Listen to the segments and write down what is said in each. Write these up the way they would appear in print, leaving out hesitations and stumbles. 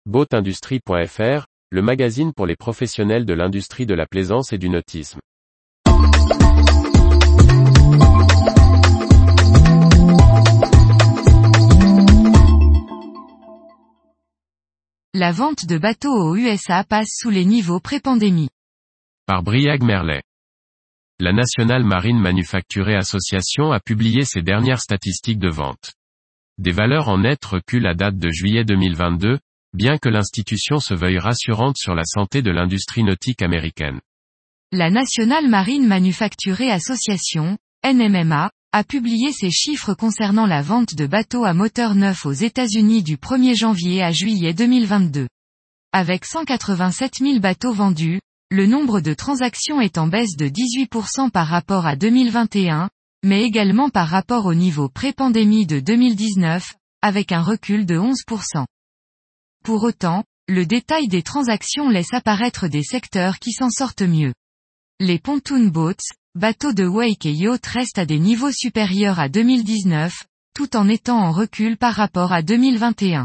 Boatindustrie.fr, le magazine pour les professionnels de l'industrie de la plaisance et du nautisme. La vente de bateaux aux USA passe sous les niveaux pré-pandémie. Par Briag Merlet. La National Marine Manufacturing Association a publié ses dernières statistiques de vente. Des valeurs en net recul à date de juillet 2022, bien que l'institution se veuille rassurante sur la santé de l'industrie nautique américaine. La National Marine Manufacturing Association, NMMA, a publié ses chiffres concernant la vente de bateaux à moteur neuf aux États-Unis du 1er janvier à juillet 2022. Avec 187 000 bateaux vendus, le nombre de transactions est en baisse de 18% par rapport à 2021, mais également par rapport au niveau pré-pandémie de 2019, avec un recul de 11%. Pour autant, le détail des transactions laisse apparaître des secteurs qui s'en sortent mieux. Les pontoon boats, bateaux de wake et yachts restent à des niveaux supérieurs à 2019, tout en étant en recul par rapport à 2021.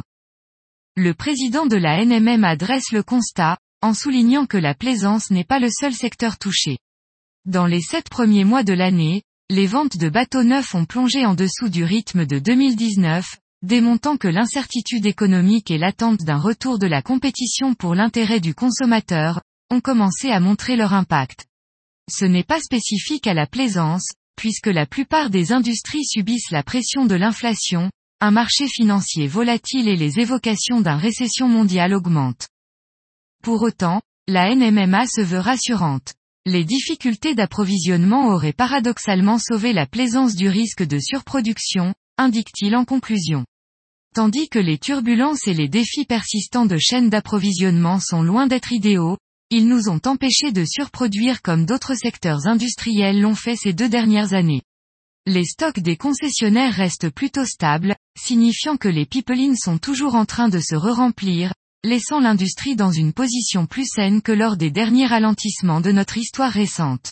Le président de la NMM adresse le constat, en soulignant que la plaisance n'est pas le seul secteur touché. Dans les 7 premiers mois de l'année, les ventes de bateaux neufs ont plongé en dessous du rythme de 2019, démontrant que l'incertitude économique et l'attente d'un retour de la compétition pour l'intérêt du consommateur, ont commencé à montrer leur impact. Ce n'est pas spécifique à la plaisance, puisque la plupart des industries subissent la pression de l'inflation, un marché financier volatile et les évocations d'une récession mondiale augmentent. Pour autant, la NMMA se veut rassurante. Les difficultés d'approvisionnement auraient paradoxalement sauvé la plaisance du risque de surproduction, indique-t-il en conclusion. Tandis que les turbulences et les défis persistants de chaînes d'approvisionnement sont loin d'être idéaux, ils nous ont empêchés de surproduire comme d'autres secteurs industriels l'ont fait ces 2 dernières années. Les stocks des concessionnaires restent plutôt stables, signifiant que les pipelines sont toujours en train de se re-remplir, laissant l'industrie dans une position plus saine que lors des derniers ralentissements de notre histoire récente.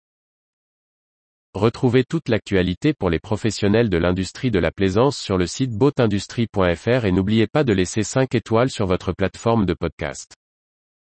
Retrouvez toute l'actualité pour les professionnels de l'industrie de la plaisance sur le site boatindustrie.fr et n'oubliez pas de laisser 5 étoiles sur votre plateforme de podcast.